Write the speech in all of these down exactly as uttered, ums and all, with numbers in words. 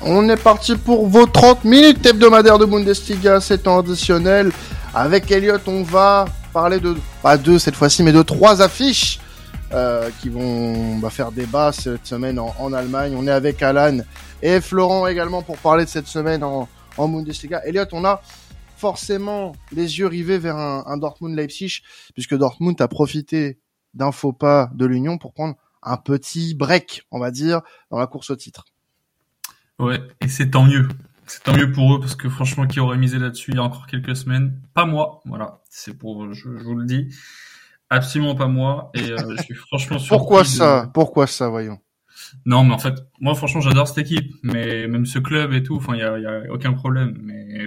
On est parti pour vos trente minutes hebdomadaires de Bundesliga, c'est temps additionnel. Avec Elliot, on va parler de, pas deux cette fois-ci, mais de trois affiches euh, qui vont bah, faire débat cette semaine en, en Allemagne. On est avec Alan et Florent également pour parler de cette semaine en, en Bundesliga. Elliot, on a forcément les yeux rivés vers un, un Dortmund-Leipzig, puisque Dortmund a profité d'un faux pas de l'Union pour prendre un petit break, on va dire, dans la course au titre. Ouais, et c'est tant mieux. C'est tant mieux pour eux, parce que franchement, qui aurait misé là-dessus il y a encore quelques semaines? Pas moi, voilà. C'est pour, je, je vous le dis. Absolument pas moi, et euh, je suis franchement surpris. Pourquoi ça? De... Pourquoi ça, voyons? Non, mais en fait, moi, franchement, j'adore cette équipe, mais même ce club et tout, enfin, il y a, y a aucun problème, mais...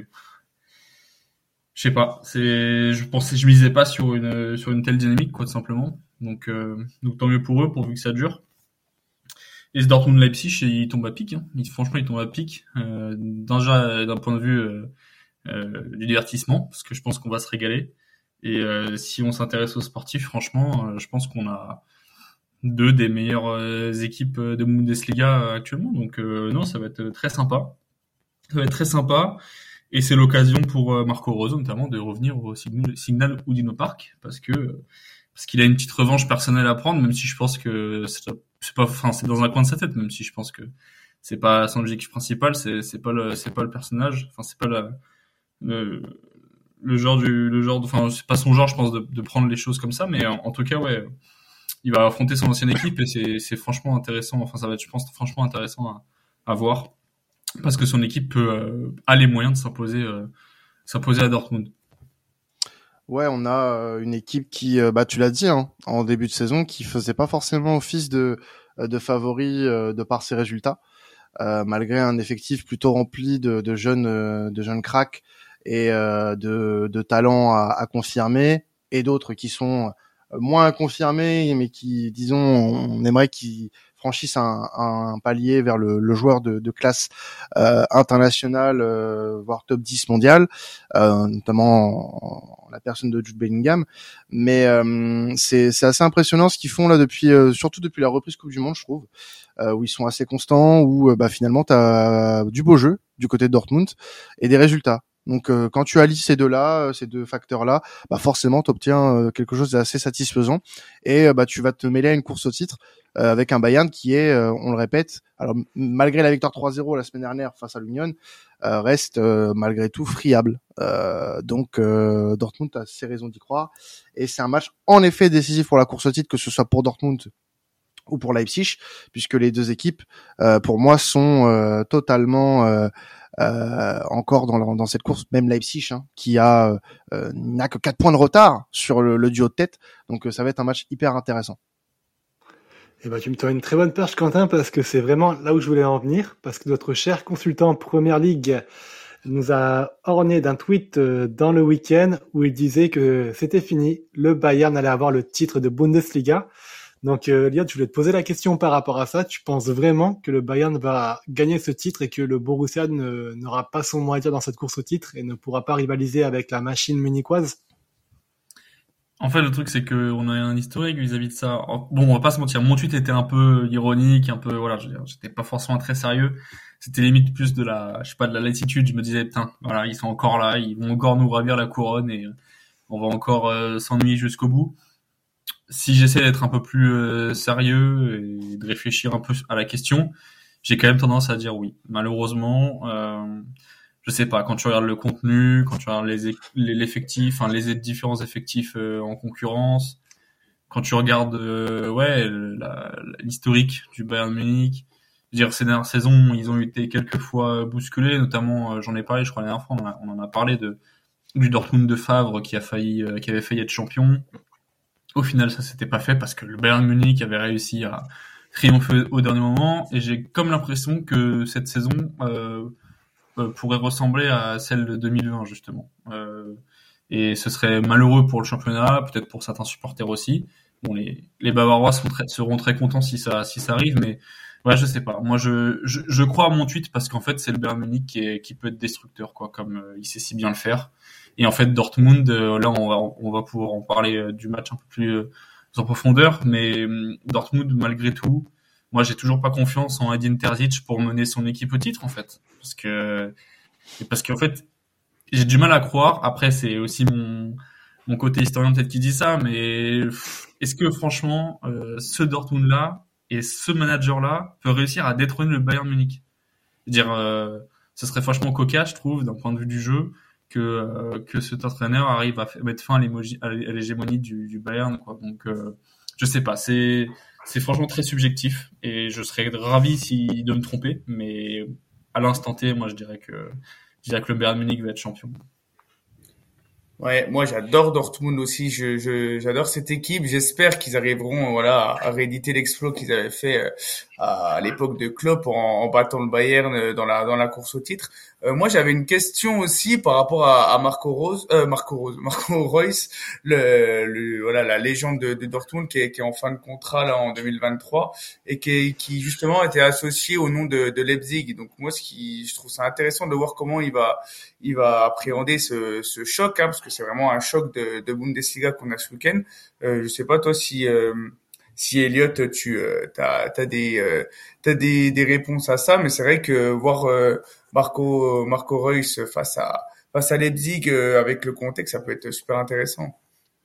Je sais pas, c'est, je pensais, je misais pas sur une, sur une telle dynamique, quoi, tout simplement. Donc, euh, donc tant mieux pour eux, pourvu que ça dure. Et ce Dortmund Leipzig, il tombe à pic, hein. Il, franchement, il tombe à pic, euh, déjà, d'un point de vue, euh, euh, du divertissement, parce que je pense qu'on va se régaler. Et, euh, si on s'intéresse aux sportifs, franchement, euh, je pense qu'on a deux des meilleures euh, équipes de Bundesliga actuellement. Donc, euh, non, ça va être très sympa. Ça va être très sympa. Et c'est l'occasion pour Marco Rose notamment de revenir au Signal, Signal Iduna Park parce que parce qu'il a une petite revanche personnelle à prendre, même si je pense que c'est, c'est pas, enfin c'est dans un coin de sa tête, même si je pense que c'est pas son objectif principal, c'est c'est pas le c'est pas le personnage, enfin c'est pas la, le le genre du le genre, enfin c'est pas son genre, je pense, de, de prendre les choses comme ça, mais en, en tout cas ouais, il va affronter son ancienne équipe et c'est c'est franchement intéressant, enfin ça va être, je pense, franchement intéressant à, à voir. Parce que son équipe peut, euh, a les moyens de s'imposer, euh, s'imposer à Dortmund. Ouais, on a euh, une équipe qui, euh, bah tu l'as dit, hein, en début de saison, qui faisait pas forcément office de de favori euh, de par ses résultats, euh, malgré un effectif plutôt rempli de, de jeunes euh, de jeunes cracks et euh, de de talents à, à confirmer, et d'autres qui sont moins confirmés, mais qui, disons, on aimerait qu'ils franchissent un, un palier vers le, le joueur de, de classe euh, internationale, euh, voire top dix mondial, euh, notamment en, en la personne de Jude Bellingham. Mais euh, c'est, c'est assez impressionnant ce qu'ils font là depuis, euh, surtout depuis la reprise Coupe du Monde, je trouve, euh, où ils sont assez constants, où euh, bah, finalement t'as du beau jeu du côté de Dortmund et des résultats. Donc euh, quand tu allies ces deux-là, ces deux facteurs-là, bah forcément tu obtiens euh, quelque chose d'assez satisfaisant et euh, bah tu vas te mêler à une course au titre euh, avec un Bayern qui est, euh, on le répète, alors m- malgré la victoire trois zéro la semaine dernière face à l'Union, euh, reste euh, malgré tout friable. Euh, donc euh, Dortmund a ses raisons d'y croire et c'est un match en effet décisif pour la course au titre, que ce soit pour Dortmund ou pour Leipzig, puisque les deux équipes, euh, pour moi, sont euh, totalement euh, euh, encore dans, dans cette course. Même Leipzig, hein, qui a euh, n'a que quatre points de retard sur le, le duo de tête, donc euh, ça va être un match hyper intéressant. Eh ben, tu me tends une très bonne perche, Quentin, parce que c'est vraiment là où je voulais en venir, parce que notre cher consultant Premier League nous a orné d'un tweet dans le week-end où il disait que c'était fini, le Bayern allait avoir le titre de Bundesliga. Donc, euh, Elliot, je voulais te poser la question par rapport à ça. Tu penses vraiment que le Bayern va gagner ce titre et que le Borussia ne, n'aura pas son mot à dire dans cette course au titre et ne pourra pas rivaliser avec la machine munichoise? En fait, le truc, c'est que on a un historique vis-à-vis de ça. Bon, on va pas se mentir, mon tweet était un peu ironique, un peu, voilà, je veux dire, j'étais pas forcément très sérieux. C'était limite plus de la, je sais pas, de la latitude. Je me disais, putain, voilà, ils sont encore là, ils vont encore nous ravir la couronne et on va encore euh, s'ennuyer jusqu'au bout. Si j'essaie d'être un peu plus euh, sérieux et de réfléchir un peu à la question, j'ai quand même tendance à dire oui. Malheureusement, euh, je sais pas, quand tu regardes le contenu, quand tu regardes les, les l'effectif, enfin les différents effectifs euh, en concurrence, quand tu regardes euh, ouais la, l'historique du Bayern Munich, je veux dire, ces dernières saisons, ils ont été quelques fois bousculés, notamment, euh, j'en ai parlé, je crois la dernière fois, on en a, on en a parlé de du Dortmund de Favre qui a failli, euh, qui avait failli être champion. Au final, ça s'était pas fait parce que le Bayern Munich avait réussi à triompher au dernier moment, et j'ai comme l'impression que cette saison euh, euh, pourrait ressembler à celle de deux mille vingt justement. Euh, et ce serait malheureux pour le championnat, peut-être pour certains supporters aussi. Bon, les les Bavarois sont très, seront très contents si ça si ça arrive, mais ouais, je sais pas. Moi, je je, je crois à mon tweet parce qu'en fait, c'est le Bayern Munich qui est, qui peut être destructeur, quoi, comme euh, il sait si bien le faire. Et en fait, Dortmund, euh, là, on va, on va pouvoir en parler euh, du match un peu plus euh, en profondeur, mais euh, Dortmund, malgré tout, moi j'ai toujours pas confiance en Edin Terzic pour mener son équipe au titre en fait, parce que parce qu'en fait j'ai du mal à croire. Après c'est aussi mon mon côté historien peut-être qui dit ça, mais est-ce que franchement euh, ce Dortmund là et ce manager là peut réussir à détrôner le Bayern Munich? Dire euh, ce serait franchement cocasse, je trouve, d'un point de vue du jeu, que euh, que cet entraîneur arrive à f- mettre fin à, l'émoji- à l'hégémonie du, du Bayern, quoi. Donc euh, je sais pas, c'est c'est franchement très subjectif et je serais ravi si de me tromper, mais à l'instant T, moi je dirais que je dirais que le Bayern Munich va être champion. Ouais, moi j'adore Dortmund aussi. Je, je j'adore cette équipe. J'espère qu'ils arriveront, voilà, à rééditer l'exploit qu'ils avaient fait euh, à l'époque de Klopp en, en battant le Bayern euh, dans la dans la course au titre. Euh, moi j'avais une question aussi par rapport à, à Marco Rose, euh, Marco Rose, Marco Reus, le, le voilà la légende de, de Dortmund qui est, qui est en fin de contrat là en deux mille vingt-trois et qui qui justement était associé au nom de, de Leipzig. Donc moi ce qui je trouve ça intéressant de voir comment il va il va appréhender ce, ce choc, hein, parce que c'est vraiment un choc de, de Bundesliga qu'on a ce week-end. Euh, je sais pas toi si euh, si Elliot tu euh, t'as t'as des euh, t'as des des réponses à ça, mais c'est vrai que voir euh, Marco Marco Reus face à face à Leipzig euh, avec le contexte, ça peut être super intéressant.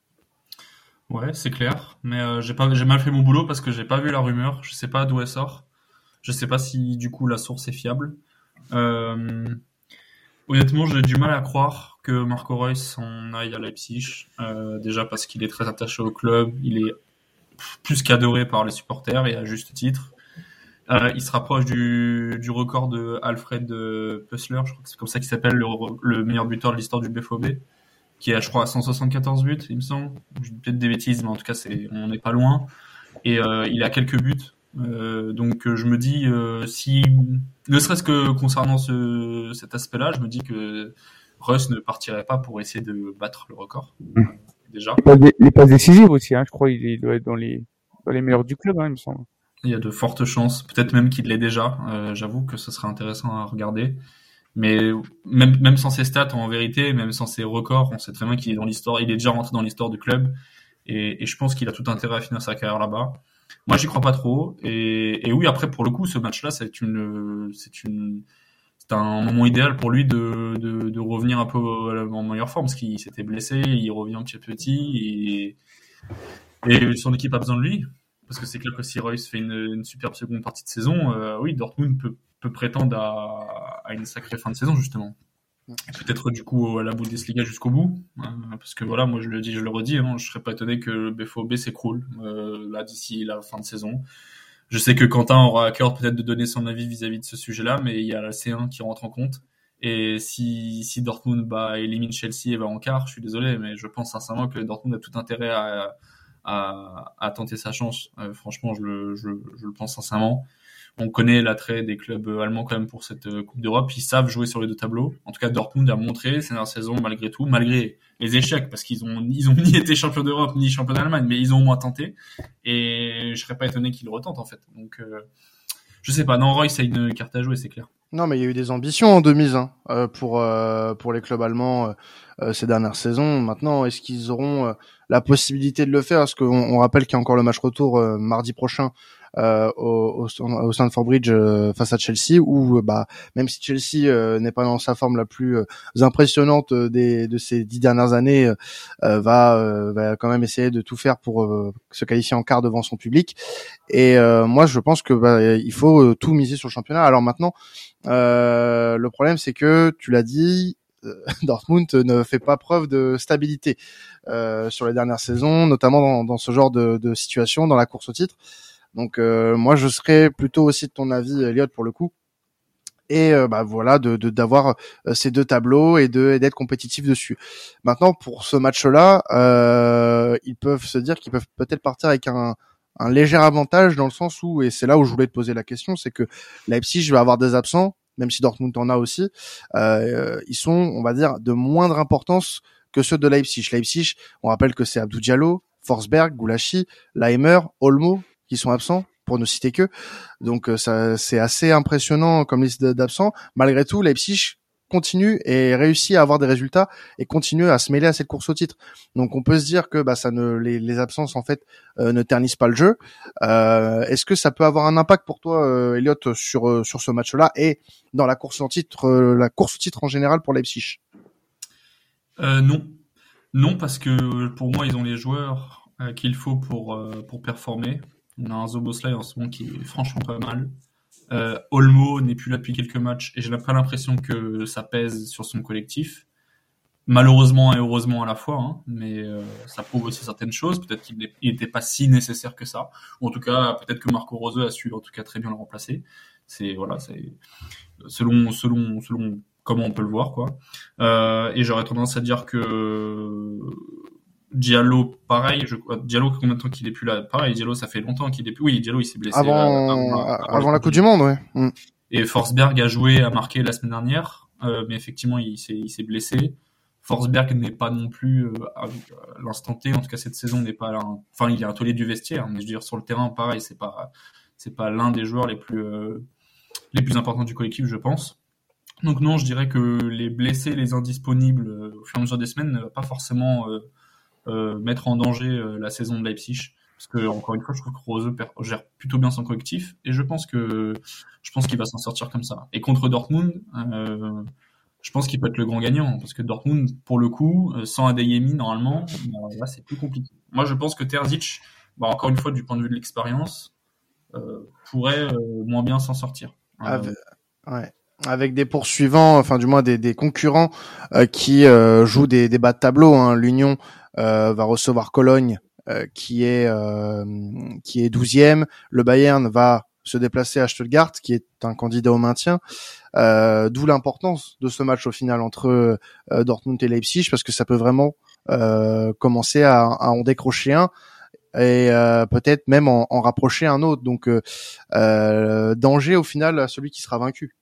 Ouais, c'est clair, mais euh, j'ai pas j'ai mal fait mon boulot parce que j'ai pas vu la rumeur, je sais pas d'où elle sort. Je sais pas si du coup la source est fiable. Euh, Honnêtement, j'ai du mal à croire que Marco Reus en aille à Leipzig. Euh, déjà parce qu'il est très attaché au club, il est plus qu'adoré par les supporters et à juste titre. Euh, il se rapproche du, du record de Alfred Pössler, je crois que c'est comme ça qu'il s'appelle, le, le meilleur buteur de l'histoire du B F O B, qui est, je crois, à cent soixante-quatorze buts, il me semble. Je dis peut-être des bêtises, mais en tout cas, c'est, on n'est pas loin. Et euh, il a quelques buts. Euh, donc je me dis, euh, si ne serait-ce que concernant ce, cet aspect-là, je me dis que Reus ne partirait pas pour essayer de battre le record. Mmh. Déjà. Les passes, les passes décisives aussi, hein, je crois qu'il doit être dans les, dans les meilleurs du club, hein, il me semble. Il y a de fortes chances, peut-être même qu'il l'est déjà. Euh, j'avoue que ce serait intéressant à regarder. Mais même, même sans ses stats, en vérité, même sans ses records, on sait très bien qu'il est dans l'histoire, il est déjà rentré dans l'histoire du club. Et, et je pense qu'il a tout intérêt à finir sa carrière là-bas. Moi, j'y crois pas trop. Et, et oui, après, pour le coup, ce match-là, c'est une, c'est une, c'est un moment idéal pour lui de, de, de revenir un peu en meilleure forme, parce qu'il s'était blessé, il revient petit à petit, et, et son équipe a besoin de lui. Parce que c'est clair que si Reus fait une, une superbe seconde partie de saison, euh, oui, Dortmund peut, peut prétendre à, à une sacrée fin de saison, justement. Peut-être du coup à la Bundesliga jusqu'au bout, euh, parce que voilà, moi je le dis, je le redis, hein, je serais pas étonné que le B F O B s'écroule euh, là d'ici la fin de saison. Je sais que Quentin aura à cœur peut-être de donner son avis vis-à-vis de ce sujet-là, mais il y a la C un qui rentre en compte. Et si, si Dortmund bah, élimine Chelsea et va en quart, je suis désolé, mais je pense sincèrement que Dortmund a tout intérêt à, à, à tenter sa chance. Euh, franchement, je le, je, je le pense sincèrement. On connaît l'attrait des clubs allemands quand même pour cette Coupe d'Europe. Ils savent jouer sur les deux tableaux. En tout cas, Dortmund a montré ces dernières saisons, malgré tout, malgré les échecs, parce qu'ils ont, ils ont ni été champions d'Europe ni champions d'Allemagne, mais ils ont au moins tenté. Et je serais pas étonné qu'ils le retentent en fait. Donc, euh, je sais pas. Non, Roy, c'est une carte à jouer, c'est clair. Non, mais il y a eu des ambitions en deux mille hein, euh, pour euh, pour les clubs allemands euh, ces dernières saisons. Maintenant, est-ce qu'ils auront euh, la possibilité de le faire? Parce qu'on on rappelle qu'il y a encore le match retour euh, mardi prochain euh, au, au, au Stamford Bridge euh, face à Chelsea, où bah même si Chelsea euh, n'est pas dans sa forme la plus euh, impressionnante des de ces dix dernières années, euh, va euh, va quand même essayer de tout faire pour euh, se qualifier en quart devant son public. Et euh, moi, je pense que bah, il faut euh, tout miser sur le championnat. Alors maintenant. Euh, le problème, c'est que tu l'as dit, euh, Dortmund ne fait pas preuve de stabilité euh, sur les dernières saisons, notamment dans, dans ce genre de, de situation, dans la course au titre. Donc, euh, moi, je serais plutôt aussi de ton avis, Elliot, pour le coup. Et euh, bah voilà, de, de d'avoir euh, ces deux tableaux et de et d'être compétitif dessus. Maintenant, pour ce match-là, euh, ils peuvent se dire qu'ils peuvent peut-être partir avec un un léger avantage dans le sens où, et c'est là où je voulais te poser la question, c'est que Leipzig va avoir des absents, même si Dortmund en a aussi, euh, ils sont, on va dire, de moindre importance que ceux de Leipzig. Leipzig, on rappelle que c'est Abdou Diallo, Forsberg, Goulashi, Laimer, Olmo qui sont absents, pour ne citer que. Donc ça, c'est assez impressionnant comme liste d'absents. Malgré tout, Leipzig continue et réussit à avoir des résultats et continue à se mêler à cette course au titre. Donc on peut se dire que bah ça ne les, les absences en fait euh, ne ternissent pas le jeu. Euh, est-ce que ça peut avoir un impact pour toi, euh, Elliot, sur euh, sur ce match-là et dans la course au titre, euh, la course au titre en général pour Leipzig? Euh, non, non parce que pour moi ils ont les joueurs euh, qu'il faut pour euh, pour performer. On a un Szoboszlai en ce moment qui est franchement pas mal. Euh, Olmo n'est plus là depuis quelques matchs et j'ai pas l'impression que ça pèse sur son collectif. Malheureusement et heureusement à la fois, hein, mais euh, ça prouve aussi certaines choses. Peut-être qu'il n'était pas si nécessaire que ça. Ou en tout cas, peut-être que Marco Rose a su en tout cas très bien le remplacer. C'est voilà, c'est selon selon selon comment on peut le voir quoi. Euh, et j'aurais tendance à dire que Diallo, pareil. Je, Diallo, combien de temps qu'il est plus là? Pareil, Diallo, ça fait longtemps qu'il est plus. Oui, Diallo, il s'est blessé avant, euh, avant, la, avant, avant la Coupe du Monde, ouais. Mm. Et Forsberg a joué, a marqué la semaine dernière, euh, mais effectivement, il s'est, il s'est blessé. Forsberg n'est pas non plus euh, à l'instant T, en tout cas cette saison n'est pas là. Enfin, il est un taulier du vestiaire, mais je veux dire sur le terrain, pareil, c'est pas, c'est pas l'un des joueurs les plus, euh, les plus importants du collectif, je pense. Donc non, je dirais que les blessés, les indisponibles euh, au fur et à mesure des semaines ne va pas forcément euh, euh, mettre en danger euh, la saison de Leipzig. Parce que encore une fois, je trouve que Rose gère plutôt bien son collectif et je pense que je pense qu'il va s'en sortir comme ça. Et contre Dortmund, euh, je pense qu'il peut être le grand gagnant parce que Dortmund, pour le coup, sans Adeyemi normalement, là c'est plus compliqué. Moi, je pense que Terzic, bah, encore une fois du point de vue de l'expérience, euh, pourrait euh, moins bien s'en sortir. Euh, Avec, ouais. Avec des poursuivants, enfin du moins des, des concurrents euh, qui euh, jouent des, des bas de tableau. Hein. L'Union euh, va recevoir Cologne. Euh, qui est euh, qui est douzième. Le Bayern va se déplacer à Stuttgart, qui est un candidat au maintien. Euh, d'où l'importance de ce match au final entre euh, Dortmund et Leipzig, parce que ça peut vraiment euh, commencer à, à en décrocher un et euh, peut-être même en, en rapprocher un autre. Donc euh, euh, danger au final à celui qui sera vaincu.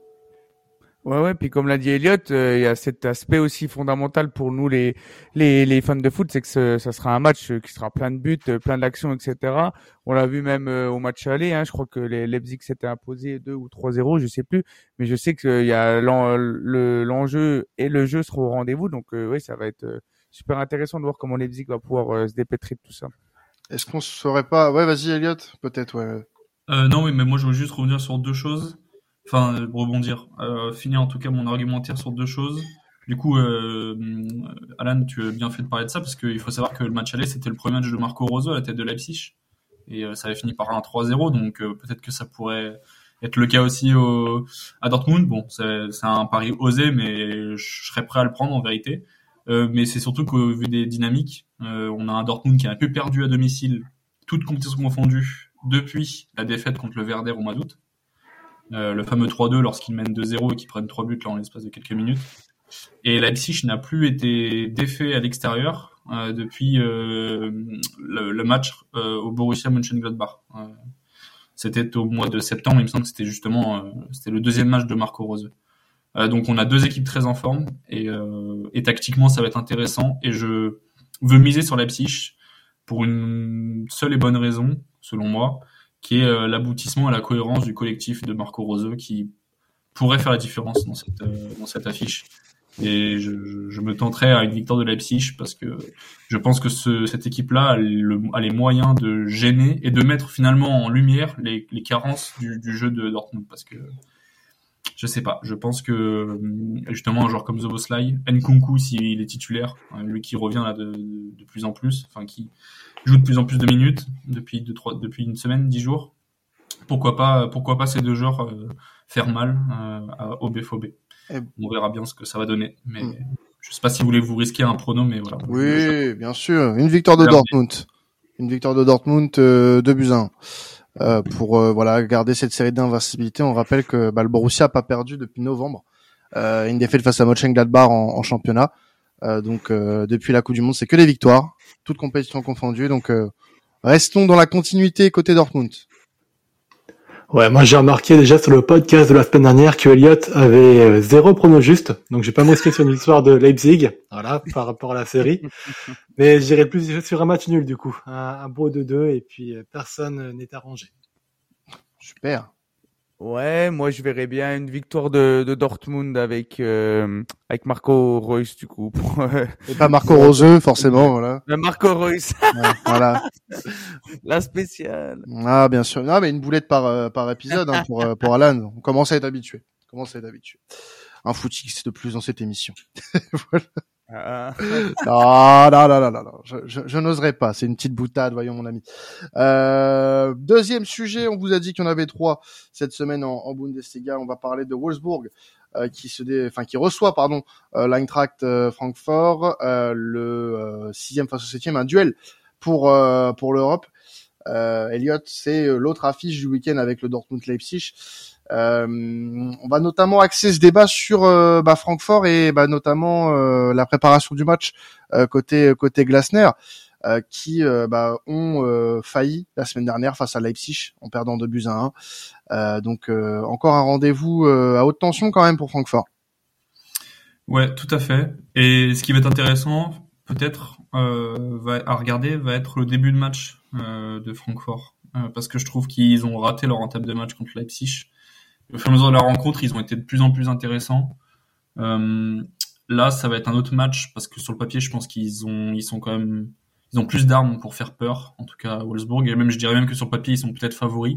Ouais, ouais. Puis comme l'a dit Elliot, il euh, y a cet aspect aussi fondamental pour nous les les, les fans de foot, c'est que ce, ça sera un match qui sera plein de buts, plein d'actions, et cetera. On l'a vu même euh, au match aller. Hein, je crois que les Leipzig s'était imposé deux ou trois zéro, je sais plus. Mais je sais que il y a l'en, le, l'enjeu et le jeu seront au rendez-vous. Donc euh, oui, ça va être euh, super intéressant de voir comment Leipzig va pouvoir euh, se dépêtrer de tout ça. Est-ce qu'on saurait pas... Ouais, vas-y Elliot, peut-être, ouais. Euh, non, oui, mais moi je veux juste revenir sur deux choses. Enfin, euh, rebondir, euh, finir en tout cas mon argumentaire sur deux choses. Du coup, euh, Alan, tu as bien fait de parler de ça parce qu'il faut savoir que le match aller, c'était le premier match de Marco Rose à la tête de Leipzig et euh, ça avait fini par un trois zéro, donc euh, peut-être que ça pourrait être le cas aussi au, à Dortmund. Bon, c'est, c'est un pari osé, mais je serais prêt à le prendre en vérité. Euh, mais c'est surtout qu'au vu des dynamiques, euh, on a un Dortmund qui a un peu perdu à domicile, toutes compétitions confondues, depuis la défaite contre le Werder au mois d'août. Euh, le fameux trois deux lorsqu'ils mènent deux zéro et qu'ils prennent trois buts là en l'espace de quelques minutes. Et Leipzig n'a plus été défait à l'extérieur euh, depuis euh, le, le match euh, au Borussia Mönchengladbach. Euh, c'était au mois de septembre, il me semble que c'était justement euh, c'était le deuxième match de Marco Rose. Euh, donc on a deux équipes très en forme et, euh, et tactiquement ça va être intéressant et je veux miser sur Leipzig pour une seule et bonne raison, selon moi, qui est euh, l'aboutissement à la cohérence du collectif de Marco Rose qui pourrait faire la différence dans cette, euh, dans cette affiche. Et je, je, je me tenterai à une victoire de Leipzig parce que je pense que ce, cette équipe-là a, le, a les moyens de gêner et de mettre finalement en lumière les, les carences du, du jeu de Dortmund parce que je sais pas, je pense que justement un joueur comme Szoboszlai, Nkunku s'il est titulaire, lui qui revient là de, de, de plus en plus, enfin qui joue de plus en plus de minutes depuis deux, trois, depuis une semaine, dix jours. Pourquoi pas, pourquoi pas ces deux joueurs euh, faire mal euh, au B F O B. On verra bien ce que ça va donner, mais mm. je sais pas si vous voulez vous risquer un prono, mais voilà. Oui, je... bien sûr, une victoire de Dortmund, une victoire de Dortmund, euh, deux buts à un. Euh, pour euh, voilà garder cette série d'invincibilité. On rappelle que bah, le Borussia n'a pas perdu depuis novembre, euh, une défaite face à Mönchengladbach en, en championnat. Euh, donc euh, depuis la Coupe du Monde, c'est que des victoires, toutes compétitions confondues. Donc euh, restons dans la continuité côté Dortmund. Ouais, moi j'ai remarqué déjà sur le podcast de la semaine dernière que Elliot avait euh, zéro prono juste, donc j'ai pas mosqué sur une victoire de Leipzig, voilà, par rapport à la série. Mais j'irai plus sur un match nul du coup, un, un beau deux deux et puis euh, personne n'est arrangé. Super. Ouais, moi je verrais bien une victoire de, de Dortmund avec euh, avec Marco Reus du coup. Pour, euh, Et pas Marco Roseux, forcément, voilà. Le Marco Reus, Ouais, voilà. la spéciale. Ah, bien sûr. Non, mais une boulette par euh, par épisode hein, pour euh, pour Alan. On commence à être habitué. On commence à être habitué. Un footix de plus dans cette émission. Voilà. Ah. Non, non, non, non, non, non. Je, je, je n'oserais pas. C'est une petite boutade, voyons mon ami. Euh, deuxième sujet, on vous a dit qu'il y en avait trois cette semaine en, en Bundesliga. On va parler de Wolfsburg euh, qui se dé... enfin qui reçoit pardon euh, l'Eintracht euh, Francfort, euh, le euh, sixième face au septième, un duel pour euh, pour l'Europe. Euh, Elliot, c'est l'autre affiche du week-end avec le Dortmund Leipzig. Euh, on va notamment axer ce débat sur euh, bah, Francfort et bah, notamment euh, la préparation du match euh, côté côté Glasner euh, qui euh, bah, ont euh, failli la semaine dernière face à Leipzig en perdant deux buts à un. Euh, donc euh, encore un rendez-vous euh, à haute tension quand même pour Francfort. Ouais, tout à fait. Et ce qui va être intéressant, peut-être euh, va, à regarder, va être le début de match euh, de Francfort, euh, parce que je trouve qu'ils ont raté leur entame de match contre Leipzig. Au fur et à mesure de la rencontre, ils ont été de plus en plus intéressants. Euh, là, ça va être un autre match parce que sur le papier, je pense qu'ils ont, ils sont quand même, ils ont plus d'armes pour faire peur. En tout cas, à Wolfsburg. Et même, je dirais même que sur le papier, ils sont peut-être favoris.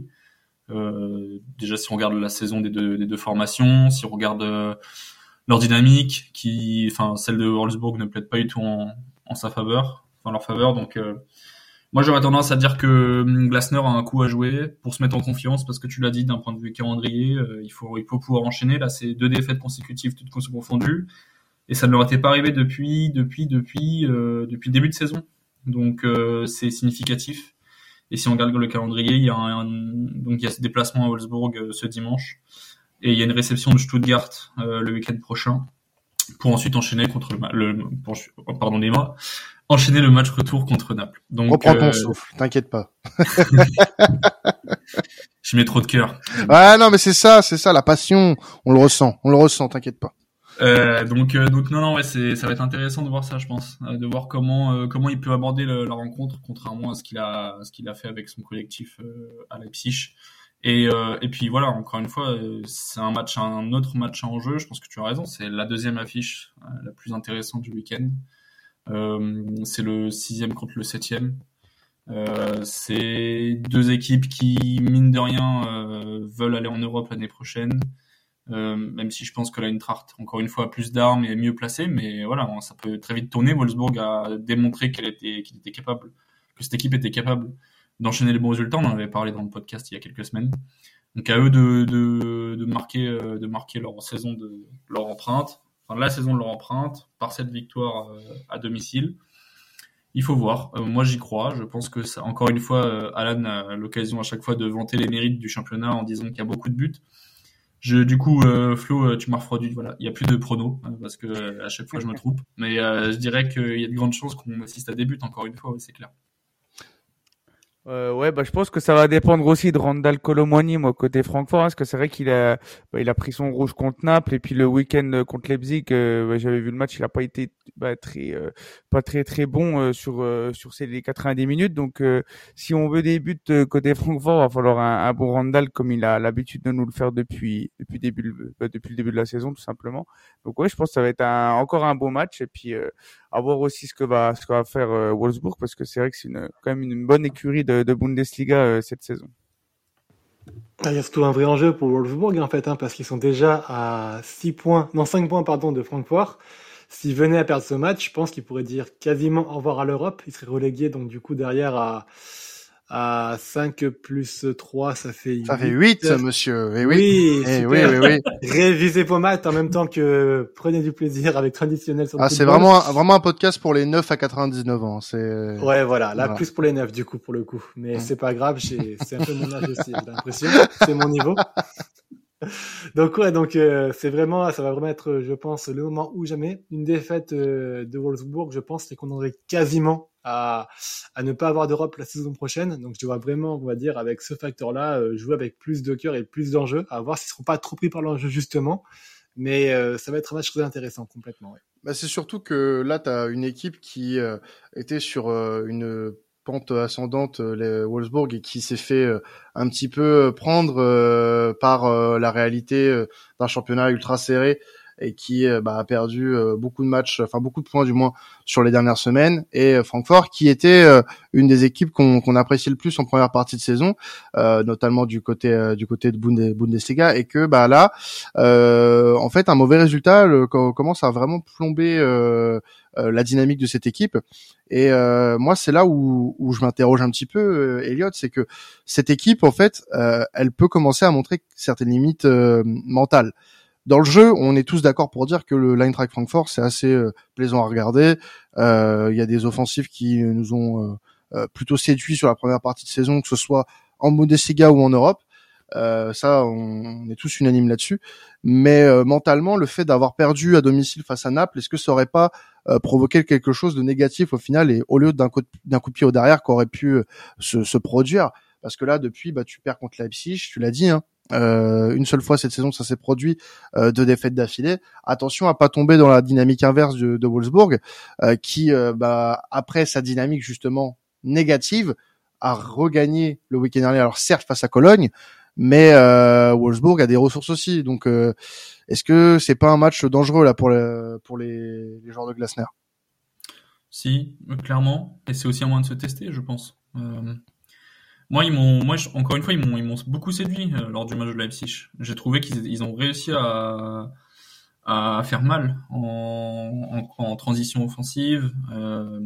Euh, déjà, si on regarde la saison des deux, des deux formations, si on regarde euh, leur dynamique, qui, enfin, celle de Wolfsburg ne plaide pas du tout en, en sa faveur, enfin leur faveur. Donc, euh, moi, j'aurais tendance à dire que Glasner a un coup à jouer pour se mettre en confiance, parce que tu l'as dit, d'un point de vue calendrier, euh, il faut il faut pouvoir enchaîner. Là, c'est deux défaites consécutives, toutes confondues, et ça ne leur était pas arrivé depuis depuis depuis euh, depuis le début de saison. Donc, euh, c'est significatif. Et si on regarde le calendrier, il y a un, un donc il y a ce déplacement à Wolfsburg euh, ce dimanche, et il y a une réception de Stuttgart euh, le week-end prochain, pour ensuite enchaîner contre le, le pour, pardonnez-moi. enchaîner le match retour contre Naples. Donc, reprends ton euh... souffle, t'inquiète pas. Je mets trop de cœur. Ah non, mais c'est ça, c'est ça, la passion, on le ressent, on le ressent, t'inquiète pas. Euh, donc, euh, donc non, non, ouais, c'est, ça va être intéressant de voir ça, je pense, euh, de voir comment, euh, comment il peut aborder le, la rencontre, contrairement à ce qu'il a, à ce qu'il a fait avec son collectif euh, à Leipzig. Et, euh, et puis voilà, encore une fois, euh, c'est un match, un autre match en jeu. Je pense que tu as raison. C'est la deuxième affiche euh, la plus intéressante du week-end. Euh, c'est le sixième contre le septième. Euh, c'est deux équipes qui, mine de rien, euh, veulent aller en Europe l'année prochaine. Euh, même si je pense que l'Eintracht, encore une fois, a plus d'armes et est mieux placée, mais voilà, ça peut très vite tourner. Wolfsburg a démontré qu'elle était, qu'il était capable, que cette équipe était capable d'enchaîner les bons résultats. On en avait parlé dans le podcast il y a quelques semaines. Donc à eux de, de, de marquer, de marquer leur saison de leur empreinte, enfin la saison de leur empreinte par cette victoire euh, à domicile. Il faut voir. Euh, moi, j'y crois. Je pense que ça, encore une fois, euh, Alan a l'occasion à chaque fois de vanter les mérites du championnat en disant qu'il y a beaucoup de buts. Je, du coup, euh, Flo, tu m'as refroidi. Voilà, il y a plus de pronos hein, parce que euh, à chaque fois je me trompe. Mais euh, je dirais qu'il y a de grandes chances qu'on assiste à des buts. Encore une fois, oui, c'est clair. Euh, ouais, bah je pense que ça va dépendre aussi de Randal Colomwani, moi côté Francfort, hein, parce que c'est vrai qu'il a, bah, il a pris son rouge contre Naples et puis le week-end contre Leipzig, euh, bah, j'avais vu le match, il a pas été bah, très, euh, pas très très bon euh, sur euh, sur ces les quatre-vingt-dix minutes. Donc euh, si on veut des buts euh, côté Francfort, va falloir un, un bon Randal comme il a l'habitude de nous le faire depuis depuis début bah, depuis le début de la saison tout simplement. Donc ouais, je pense que ça va être un, encore un beau match et puis euh, à voir aussi ce que va ce que va faire euh, Wolfsburg parce que c'est vrai que c'est une, quand même une bonne écurie de, de Bundesliga euh, cette saison. Il y a surtout un vrai enjeu pour Wolfsburg en fait, hein, parce qu'ils sont déjà à six points, non cinq points pardon de Francfort. S'ils venaient à perdre ce match, je pense qu'ils pourraient dire quasiment au revoir à l'Europe. Ils seraient relégués donc du coup derrière à à cinq plus trois, ça fait huit. Ça fait huit, monsieur. Et oui. Oui, et super. oui, oui, oui. Révisez vos maths en même temps que prenez du plaisir avec traditionnel sur le Ah, football. c'est vraiment, vraiment un podcast pour les neuf à quatre-vingt-dix-neuf ans. C'est... Ouais, voilà. Là, voilà. plus pour les neuf, du coup, pour le coup. Mais Mmh. c'est pas grave, j'ai, c'est un peu mon âge aussi, j'ai l'impression. C'est mon niveau. Donc ouais, donc euh, c'est vraiment, ça va vraiment être, je pense, le moment ou jamais. Une défaite euh, de Wolfsburg, je pense, c'est qu'on en aurait quasiment à à ne pas avoir d'Europe la saison prochaine. Donc je vois vraiment, on va dire, avec ce facteur-là, euh, jouer avec plus de cœur et plus d'enjeux, à voir s'ils seront pas trop pris par l'enjeu justement. Mais euh, ça va être un match très intéressant complètement. Ouais. Bah c'est surtout que là, tu as une équipe qui euh, était sur euh, une pente ascendante, les Wolfsburg, et qui s'est fait euh, un petit peu prendre euh, par euh, la réalité euh, d'un championnat ultra serré, et qui euh, bah, a perdu euh, beaucoup de matchs, enfin beaucoup de points du moins sur les dernières semaines, et euh, Francfort qui était euh, une des équipes qu'on, qu'on appréciait le plus en première partie de saison, euh, notamment du côté euh, du côté de Bundes- Bundesliga, et que bah là euh, en fait un mauvais résultat le, commence à vraiment plomber euh, euh, la dynamique de cette équipe. Et euh, moi c'est là où, où je m'interroge un petit peu, euh, Elliot, c'est que cette équipe en fait euh, elle peut commencer à montrer certaines limites euh, mentales. Dans le jeu, on est tous d'accord pour dire que le l'Eintracht Francfort, c'est assez euh, plaisant à regarder. Euh, il y a des offensifs qui nous ont euh, euh, plutôt séduits sur la première partie de saison, que ce soit en Bundesliga ou en Europe. Euh, ça, on, on est tous unanimes là-dessus. Mais euh, mentalement, le fait d'avoir perdu à domicile face à Naples, est-ce que ça aurait pas euh, provoqué quelque chose de négatif au final, et au lieu d'un coup de, d'un coup de pied au derrière qu'aurait pu euh, se, se produire? Parce que là, depuis, bah, tu perds contre Leipzig, tu l'as dit, hein. Euh, une seule fois cette saison, ça s'est produit, euh, deux défaites d'affilée. Attention à pas tomber dans la dynamique inverse de, de Wolfsburg, euh, qui, euh, bah, après sa dynamique justement négative, a regagné le week-end dernier. Alors certes face à Cologne, mais euh, Wolfsburg a des ressources aussi. Donc, euh, est-ce que c'est pas un match dangereux là pour les pour les, les joueurs de Glasner? Si, clairement. Et c'est aussi un moyen de se tester, je pense. Euh... Moi, ils m'ont, moi, je- encore une fois, ils m'ont, ils m'ont beaucoup séduit euh, lors du match de Leipzig. J'ai trouvé qu'ils ils ont réussi à, à faire mal en, en, en transition offensive. Euh,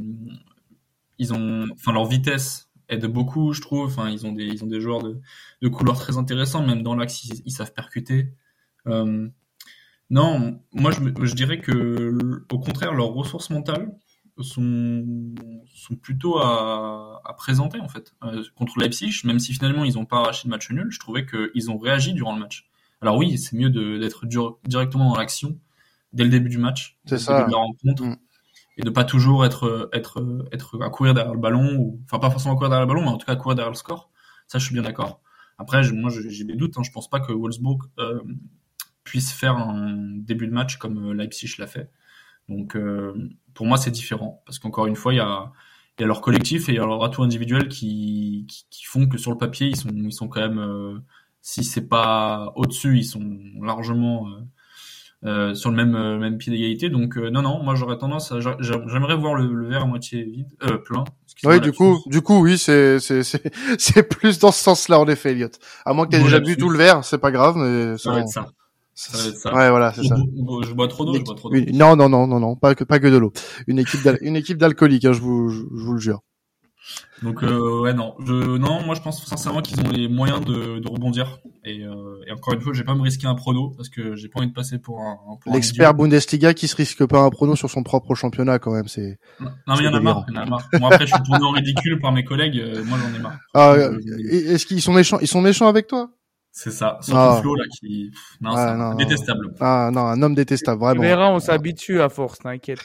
ils ont, enfin, leur vitesse aide beaucoup, je trouve. Enfin, ils ont des, ils ont des joueurs de, de couleurs très intéressants, même dans l'axe, ils, ils savent percuter. Euh, non, moi, je, me- je dirais que, au contraire, leurs ressources mentales sont, sont plutôt à, à présenter en fait. Euh, contre Leipzig, même si finalement ils n'ont pas arraché le match nul, je trouvais qu'ils ont réagi durant le match. Alors oui, c'est mieux de, d'être dur, directement dans l'action dès le début du match, C'est dès le ça. début de la rencontre, Mm. et de pas toujours être être être à courir derrière le ballon, ou enfin pas forcément à courir derrière le ballon, mais en tout cas à courir derrière le score. Ça, je suis bien d'accord. Après, je- moi, j'ai j'ai des doutes. Hein. Je pense pas que Wolfsburg euh, puisse faire un début de match comme euh, Leipzig l'a fait. Donc euh, pour moi c'est différent parce qu'encore une fois il y a il y a leur collectif et il y a leur atout individuel qui, qui qui font que sur le papier ils sont ils sont quand même euh, si c'est pas au-dessus ils sont largement euh, euh, sur le même euh, même pied d'égalité. Donc euh, non non moi j'aurais tendance à j'a- j'aimerais voir le, le verre à moitié vide euh, plein. Excuse-moi, Oui, du lapsus. coup, du coup, oui, c'est c'est c'est c'est plus dans ce sens-là en effet, Elliot. À moins que t'aies Beau déjà lapsus. bu tout le verre, c'est pas grave, mais Ça va être ça. Ça va être ça. ouais, voilà, c'est Je, ça. bois- je bois trop d'eau, Une je bois équipe- trop d'eau. une- Non, non, non, non, non, pas que pas que de l'eau. Une équipe d'al- une équipe d'alcooliques, hein, je vous je, je vous le jure. Donc euh, ouais non, je non, moi je pense sincèrement qu'ils ont les moyens de, de rebondir et, euh, et encore une fois, je vais pas me risquer un prono parce que j'ai pas envie de passer pour un pour un L'expert idiot. Bundesliga qui se risque pas un prono sur son propre championnat quand même, c'est Non mais il c'est y en a délirant. marre, il y en a marre. Bon après je suis tourné en ridicule par mes collègues, euh, moi j'en ai marre. Ah, Donc, euh, euh, est-ce qu'ils sont méchants? Ils sont méchants avec toi? c'est ça, surtout Ah, Flo là qui pff, non, ouais, c'est non, non. détestable. Ah non, un homme détestable, Tu vraiment. verras, on s'habitue à force, t'inquiète.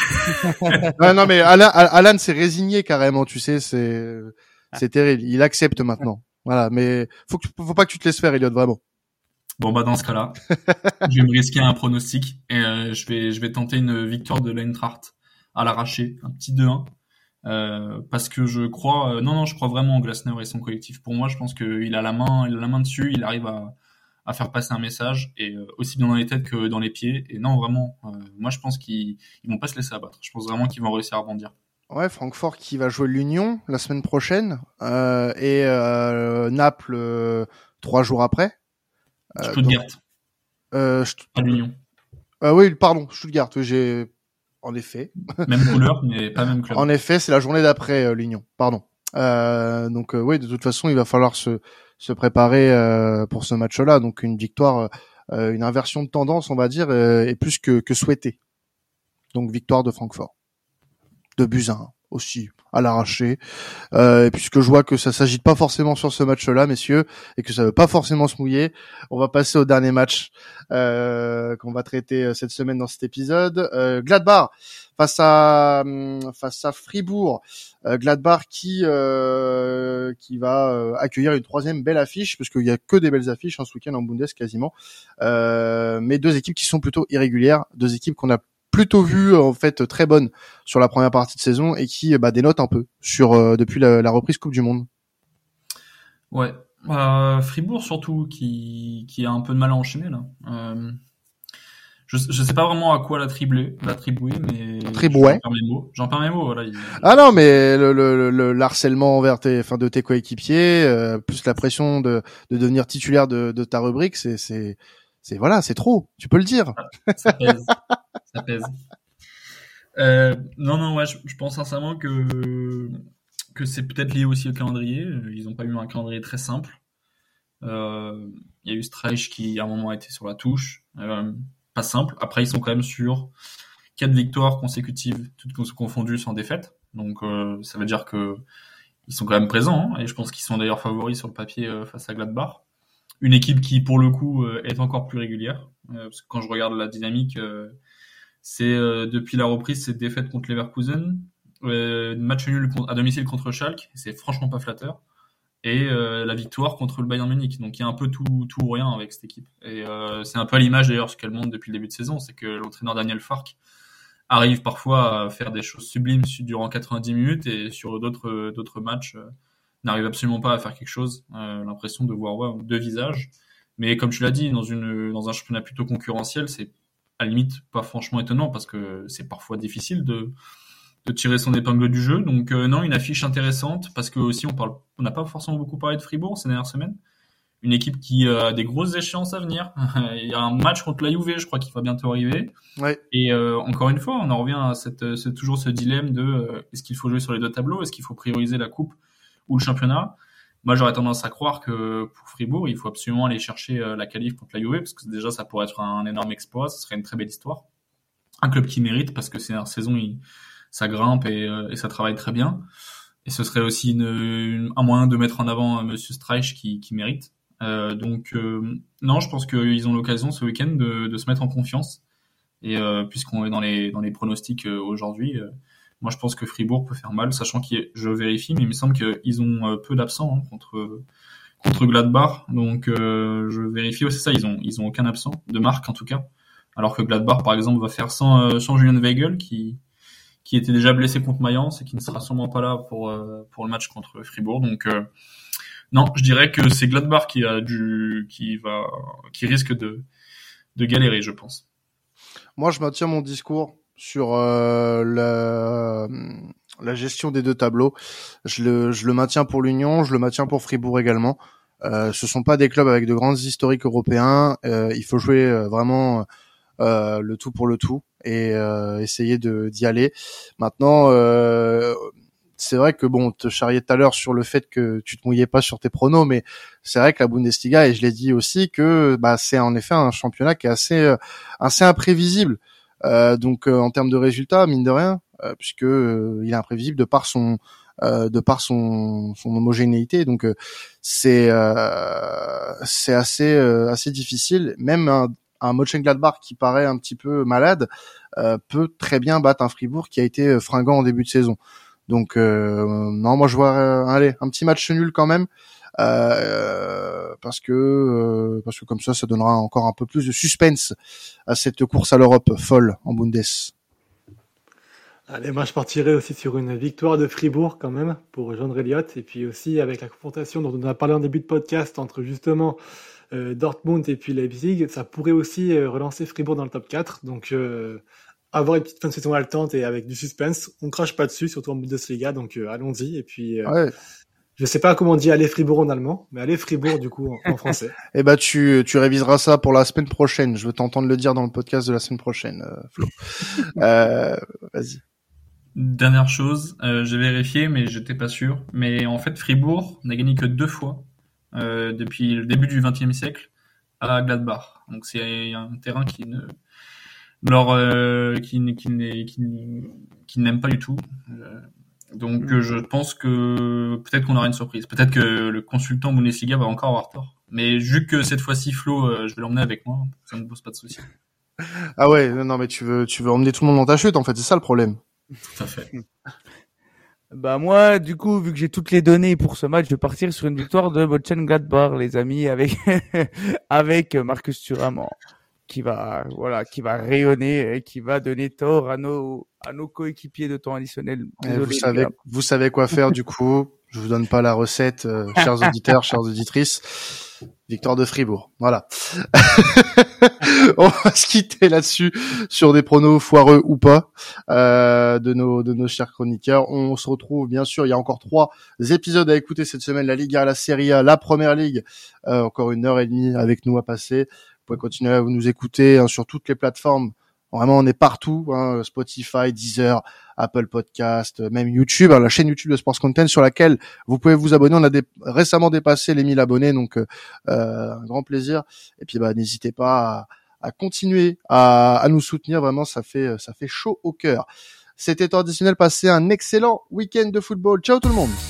Ouais, non, mais Alan, Alan s'est résigné carrément, tu sais, c'est c'est terrible. Il accepte maintenant. Voilà, mais faut que faut pas que tu te laisses faire, Elliot, vraiment. Bon bah dans ce cas-là, je vais me risquer un pronostic et euh, je vais je vais tenter une victoire de l'Eintracht à l'arraché, un petit deux un. Euh, parce que je crois, euh, non non, je crois vraiment en Glasner et son collectif. Pour moi, je pense qu'il a la main, il a la main dessus, il arrive à, à faire passer un message et euh, aussi bien dans les têtes que dans les pieds. Et non, vraiment, euh, moi je pense qu'ils ils vont pas se laisser abattre. Je pense vraiment qu'ils vont réussir à rebondir. Ouais, Francfort qui va jouer l'Union la semaine prochaine euh, et euh, Naples euh, trois jours après. Euh, Stuttgart, donc, euh, St- pas l'Union. euh, oui, pardon, Stuttgart. Oui, j'ai en effet. Même couleur, mais pas même club. En effet, c'est la journée d'après euh, l'Union. Pardon. Euh, donc euh, oui, de toute façon, il va falloir se se préparer euh, pour ce match-là. Donc une victoire, euh, une inversion de tendance, on va dire, euh, est plus que que souhaitée. Donc victoire de Francfort, de Buzyn aussi à l'arraché. Euh, et puisque je vois que ça s'agite pas forcément sur ce match-là, messieurs, et que ça veut pas forcément se mouiller, on va passer au dernier match euh, qu'on va traiter euh, cette semaine dans cet épisode. Euh, Gladbach face à hum, face à Fribourg. Euh, Gladbach qui euh, qui va euh, accueillir une troisième belle affiche, parce qu'il y a que des belles affiches hein, ce week-end en Bundes quasiment. Euh, mais deux équipes qui sont plutôt irrégulières, deux équipes qu'on a plutôt vu en fait très bonne sur la première partie de saison et qui bah, dénote un peu sur euh, depuis la, la reprise Coupe du Monde. Ouais, euh, Fribourg surtout qui qui a un peu de mal à enchaîner là. Euh, je je sais pas vraiment à quoi l'attribuer, l'attribuer, mais Attribuer. j'en perds mes mots. J'en perds mes mots, voilà. Il... Ah non, mais le, le, le l'harcèlement envers tes, enfin de tes coéquipiers, euh, plus la pression de de devenir titulaire de de ta rubrique, c'est c'est c'est voilà, c'est trop. Tu peux le dire. Ça pèse, ça pèse. Euh, non non ouais, je, je pense sincèrement que que c'est peut-être lié aussi au calendrier. Ils ont pas eu un calendrier très simple. Euh, il y a eu Streich qui à un moment a été sur la touche. Euh, pas simple. Après, ils sont quand même sur quatre victoires consécutives, toutes confondues sans défaite. Donc, euh, ça veut dire que ils sont quand même présents. Hein, et je pense qu'ils sont d'ailleurs favoris sur le papier euh, face à Gladbach. Une équipe qui, pour le coup, euh, est encore plus régulière. Euh, parce que quand je regarde la dynamique, euh, c'est euh, depuis la reprise, c'est défaite contre Leverkusen, euh, match nul à domicile contre Schalke. C'est franchement pas flatteur. Et euh, la victoire contre le Bayern Munich. Donc il y a un peu tout tout ou rien avec cette équipe. Et euh, c'est un peu à l'image d'ailleurs ce qu'elle montre depuis le début de saison, c'est que l'entraîneur Daniel Fark arrive parfois à faire des choses sublimes durant quatre-vingt-dix minutes et sur d'autres d'autres matchs euh, n'arrive absolument pas à faire quelque chose. Euh, l'impression de voir ouais, deux visages. Mais comme tu l'as dit, dans une dans un championnat plutôt concurrentiel, c'est à la limite pas franchement étonnant parce que c'est parfois difficile de de tirer son épingle du jeu. Donc euh, non, une affiche intéressante parce que aussi on parle, on n'a pas forcément beaucoup parlé de Fribourg ces dernières semaines. Une équipe qui a des grosses échéances à venir. Il y a un match contre la Juve, je crois qu'il va bientôt arriver. Ouais. Et euh, encore une fois, on en revient à cette, c'est toujours ce dilemme de euh, est-ce qu'il faut jouer sur les deux tableaux, est-ce qu'il faut prioriser la coupe ou le championnat. Moi, j'aurais tendance à croire que pour Fribourg, il faut absolument aller chercher euh, la qualif contre la Juve parce que déjà ça pourrait être un énorme exploit, ce serait une très belle histoire. Un club qui mérite parce que c'est une saison il ça grimpe et, euh, et ça travaille très bien. Et ce serait aussi une, une, un moyen de mettre en avant euh, Monsieur Streich qui, qui mérite. Euh, donc euh, non, je pense qu'ils ont l'occasion ce week-end de, de se mettre en confiance. Et euh, puisqu'on est dans les dans les pronostics euh, aujourd'hui, euh, moi je pense que Fribourg peut faire mal, sachant que je vérifie, mais il me semble qu'ils ont euh, peu d'absents hein, contre contre Gladbach. Donc euh, je vérifie aussi ça, ils ont ils ont aucun absent de marque en tout cas. Alors que Gladbach par exemple va faire sans euh, sans Julian Weigl qui qui était déjà blessé contre Mayence et qui ne sera sûrement pas là pour euh, pour le match contre Fribourg. Donc euh, non, je dirais que c'est Gladbach qui a du qui va qui risque de de galérer, je pense. Moi, je maintiens mon discours sur euh, la la gestion des deux tableaux. Je le je le maintiens pour l'Union, je le maintiens pour Fribourg également. Euh, ce sont pas des clubs avec de grands historiques européens. Euh, il faut jouer euh, vraiment euh, le tout pour le tout et euh, essayer de d'y aller. Maintenant, euh, c'est vrai que bon, on te charriait tout à l'heure sur le fait que tu te mouillais pas sur tes pronos, mais c'est vrai que la Bundesliga, et je l'ai dit aussi, que bah c'est en effet un championnat qui est assez euh, assez imprévisible. Euh, donc euh, en termes de résultats, mine de rien, euh, puisque euh, il est imprévisible de par son euh, de par son son homogénéité. Donc euh, c'est euh, c'est assez euh, assez difficile. Même un un Mönchengladbach qui paraît un petit peu malade euh, peut très bien battre un Fribourg qui a été fringant en début de saison. Donc euh, non, moi je vois euh, allez un petit match nul quand même euh, parce que euh, parce que comme ça ça donnera encore un peu plus de suspense à cette course à l'Europe folle en Bundes. Allez, moi je partirai aussi sur une victoire de Fribourg quand même pour rejoindre Elliott et puis aussi avec la confrontation dont on a parlé en début de podcast entre justement euh, Dortmund et puis Leipzig, ça pourrait aussi euh, relancer Fribourg dans le top quatre. Donc euh, avoir une petite fin de saison haletante et avec du suspense, on crache pas dessus, surtout en Bundesliga, donc euh, allons-y. Et puis, euh, Ouais. je sais pas comment on dit aller Fribourg en allemand, mais aller Fribourg du coup en, en français. Eh ben tu tu réviseras ça pour la semaine prochaine. Je veux t'entendre le dire dans le podcast de la semaine prochaine, euh, Flo. euh, vas-y. Dernière chose, euh, j'ai vérifié, mais j'étais pas sûr. Mais en fait, Fribourg n'a gagné que deux fois euh, depuis le début du vingtième siècle à Gladbach. Donc c'est un terrain qui ne leur euh, qui qui n'est qui, qui n'aime pas du tout. Euh, donc euh, je pense que peut-être qu'on aura une surprise. Peut-être que le consultant Bundesliga va encore avoir tort. Mais vu que cette fois-ci Flo, euh, je vais l'emmener avec moi, ça ne me pose pas de soucis. Ah ouais, non, non mais tu veux tu veux emmener tout le monde dans ta chute en fait, c'est ça le problème. Tout à fait. Bah moi, du coup, vu que j'ai toutes les données pour ce match, je vais partir sur une victoire de Mönchengladbach, les amis, avec avec Marcus Thuram en, qui va, voilà, qui va rayonner et qui va donner tort à nos, à nos coéquipiers de temps additionnel. Désolé, vous savez, vous savez quoi faire du coup. Je vous donne pas la recette, euh, chers auditeurs, chères auditrices. Victoire de Fribourg. Voilà. On va se quitter là-dessus sur des pronos foireux ou pas euh, de nos de nos chers chroniqueurs. On se retrouve bien sûr. Il y a encore trois épisodes à écouter cette semaine. La Liga, la Serie A, la Première Ligue. Euh, encore une heure et demie avec nous à passer. Vous pouvez continuer à nous écouter hein, sur toutes les plateformes. Vraiment, on est partout, hein, Spotify, Deezer, Apple Podcast, même YouTube, hein, la chaîne YouTube de Sports Content sur laquelle vous pouvez vous abonner. On a dé- récemment dépassé les mille abonnés, donc euh, un grand plaisir. Et puis, bah, n'hésitez pas à, à continuer à, à nous soutenir. Vraiment, ça fait ça fait chaud au cœur. C'était traditionnel. Passez un excellent week-end de football. Ciao tout le monde.